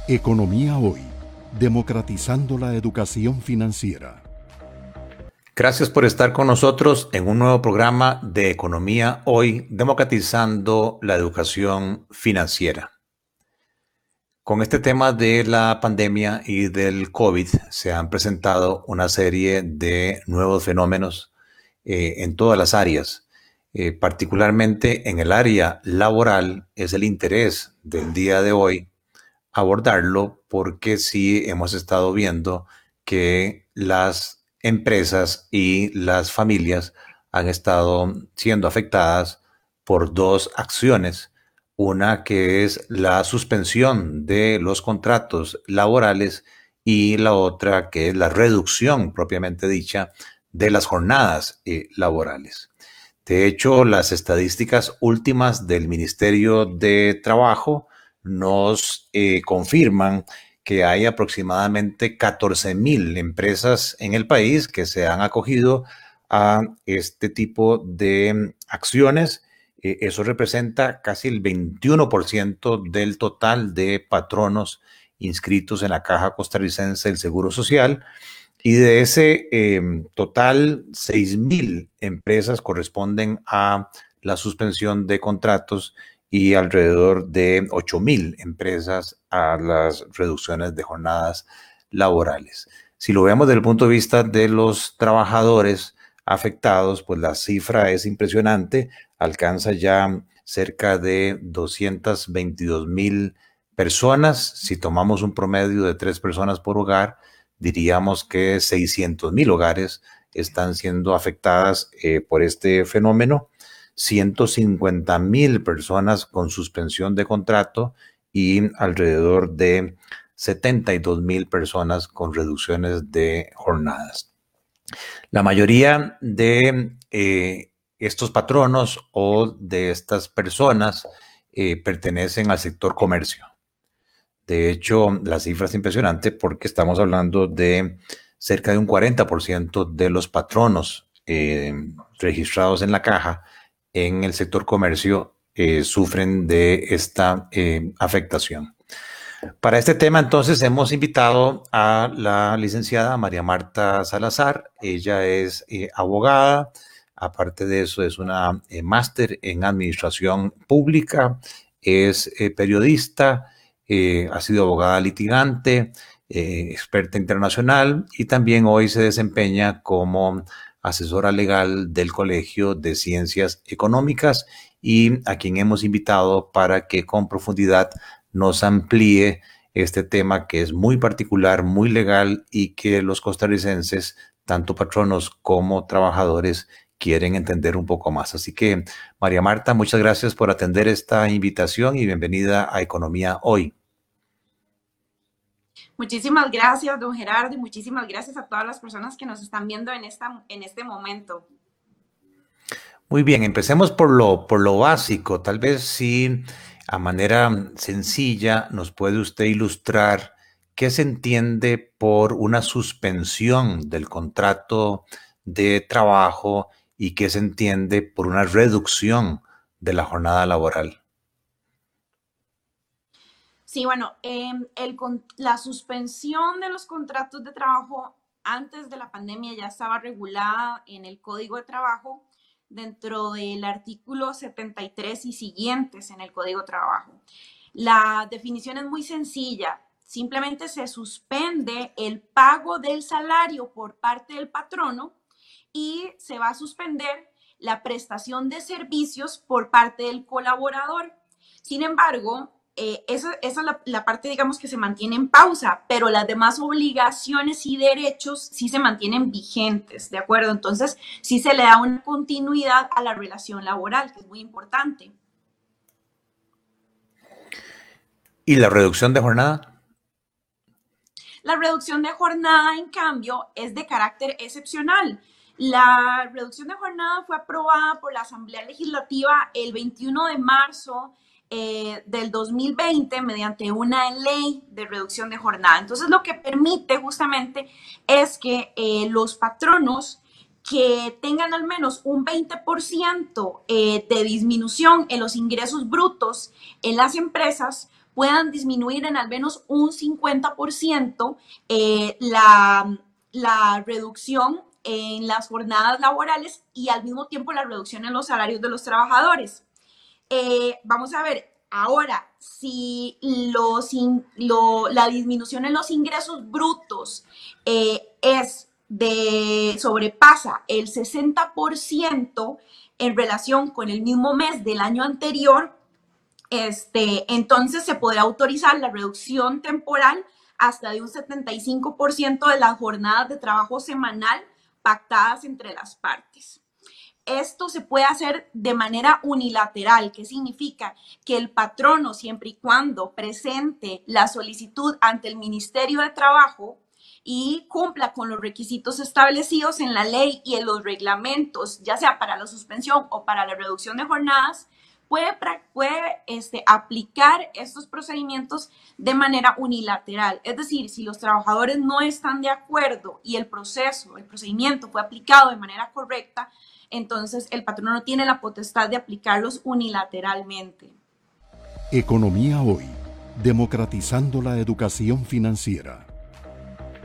Economía Hoy, democratizando la educación financiera. Gracias por estar con nosotros en un nuevo programa de Economía Hoy, democratizando la educación financiera. Con este tema de la pandemia y del COVID se han presentado una serie de nuevos fenómenos en todas las áreas. Particularmente en el área laboral es el interés del día de hoy abordarlo porque sí hemos estado viendo que las empresas y las familias han estado siendo afectadas por dos acciones. Una que es la suspensión de los contratos laborales y la otra que es la reducción propiamente dicha de las jornadas laborales. De hecho, las estadísticas últimas del Ministerio de Trabajo nos confirman que hay aproximadamente 14,000 empresas en el país que se han acogido a este tipo de acciones. Eso representa casi el 21% del total de patronos inscritos en la Caja Costarricense del Seguro Social. Y de ese total, 6,000 empresas corresponden a la suspensión de contratos y alrededor de 8,000 empresas a las reducciones de jornadas laborales. Si lo vemos desde el punto de vista de los trabajadores afectados, pues la cifra es impresionante, alcanza ya cerca de 222,000 personas. Si tomamos un promedio de 3 personas por hogar, diríamos que 600,000 hogares están siendo afectadas por este fenómeno, 150,000 personas con suspensión de contrato y alrededor de 72,000 personas con reducciones de jornadas. La mayoría de estos patronos o de estas personas pertenecen al sector comercio. De hecho, la cifra es impresionante porque estamos hablando de cerca de un 40% de los patronos registrados en la caja en el sector comercio sufren de esta afectación. Para este tema, entonces, hemos invitado a la licenciada María Marta Salazar. Ella es abogada, aparte de eso es una máster en administración pública, es periodista, ha sido abogada litigante, experta internacional y también hoy se desempeña como asesora legal del Colegio de Ciencias Económicas y a quien hemos invitado para que con profundidad nos amplíe este tema que es muy particular, muy legal y que los costarricenses, tanto patronos como trabajadores, quieren entender un poco más. Así que, María Marta, muchas gracias por atender esta invitación y bienvenida a Economía Hoy. Muchísimas gracias, don Gerardo, y muchísimas gracias a todas las personas que nos están viendo en este momento. Muy bien, empecemos por lo básico. Tal vez sí, a manera sencilla, nos puede usted ilustrar qué se entiende por una suspensión del contrato de trabajo y qué se entiende por una reducción de la jornada laboral. Sí, bueno, la suspensión de los contratos de trabajo antes de la pandemia ya estaba regulada en el Código de Trabajo dentro del artículo 73 y siguientes en el Código de Trabajo. La definición es muy sencilla. Simplemente se suspende el pago del salario por parte del patrono y se va a suspender la prestación de servicios por parte del colaborador. Sin embargo, esa es la parte, digamos, que se mantiene en pausa, pero las demás obligaciones y derechos sí se mantienen vigentes, ¿de acuerdo? Entonces, sí se le da una continuidad a la relación laboral, que es muy importante. ¿Y la reducción de jornada? La reducción de jornada, en cambio, es de carácter excepcional. La reducción de jornada fue aprobada por la Asamblea Legislativa el 21 de marzo del 2020 mediante una ley de reducción de jornada. Entonces, lo que permite justamente es que los patronos que tengan al menos un 20% de disminución en los ingresos brutos en las empresas puedan disminuir en al menos un 50% la reducción en las jornadas laborales y al mismo tiempo la reducción en los salarios de los trabajadores. Vamos a ver, ahora, si la disminución en los ingresos brutos sobrepasa el 60% en relación con el mismo mes del año anterior, entonces se podrá autorizar la reducción temporal hasta de un 75% de las jornadas de trabajo semanal pactadas entre las partes. Esto se puede hacer de manera unilateral, que significa que el patrono, siempre y cuando presente la solicitud ante el Ministerio de Trabajo y cumpla con los requisitos establecidos en la ley y en los reglamentos, ya sea para la suspensión o para la reducción de jornadas, puede aplicar estos procedimientos de manera unilateral. Es decir, si los trabajadores no están de acuerdo y el procedimiento fue aplicado de manera correcta, entonces el patrono tiene la potestad de aplicarlos unilateralmente. Economía Hoy, democratizando la educación financiera.